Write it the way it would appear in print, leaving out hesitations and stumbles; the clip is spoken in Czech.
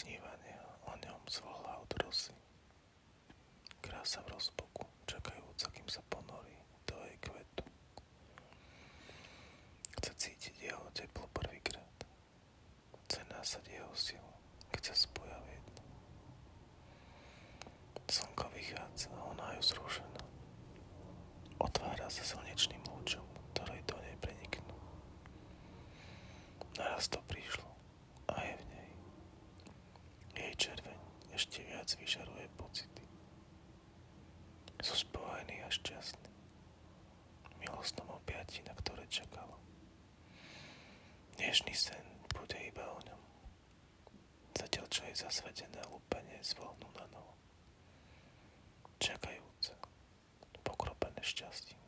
snívanie o ňom zvolá od rosy. Krása v rozpuku, čakajúca, kým sa ponorí do jej kvetu. Chce cítiť jeho teplo prvýkrát. Chce násať jeho silu, keď sa spoja v jedno. Slnko vychádza a ona je vzrušená. Otvára sa slnečným lúčom, ktoré do nej preniknú. Naraz to prišlo a je v nej. Jej červeň ešte viac vyžaruje pocity. Sú spojení a šťastní. Milostnom objatí, na ktoré čakala. Dnešný sen bude iba o ňom. Zatiaľ, čo je zasvetené lúpenie zvolnú na novo. Čakajúce, pokropené šťastím.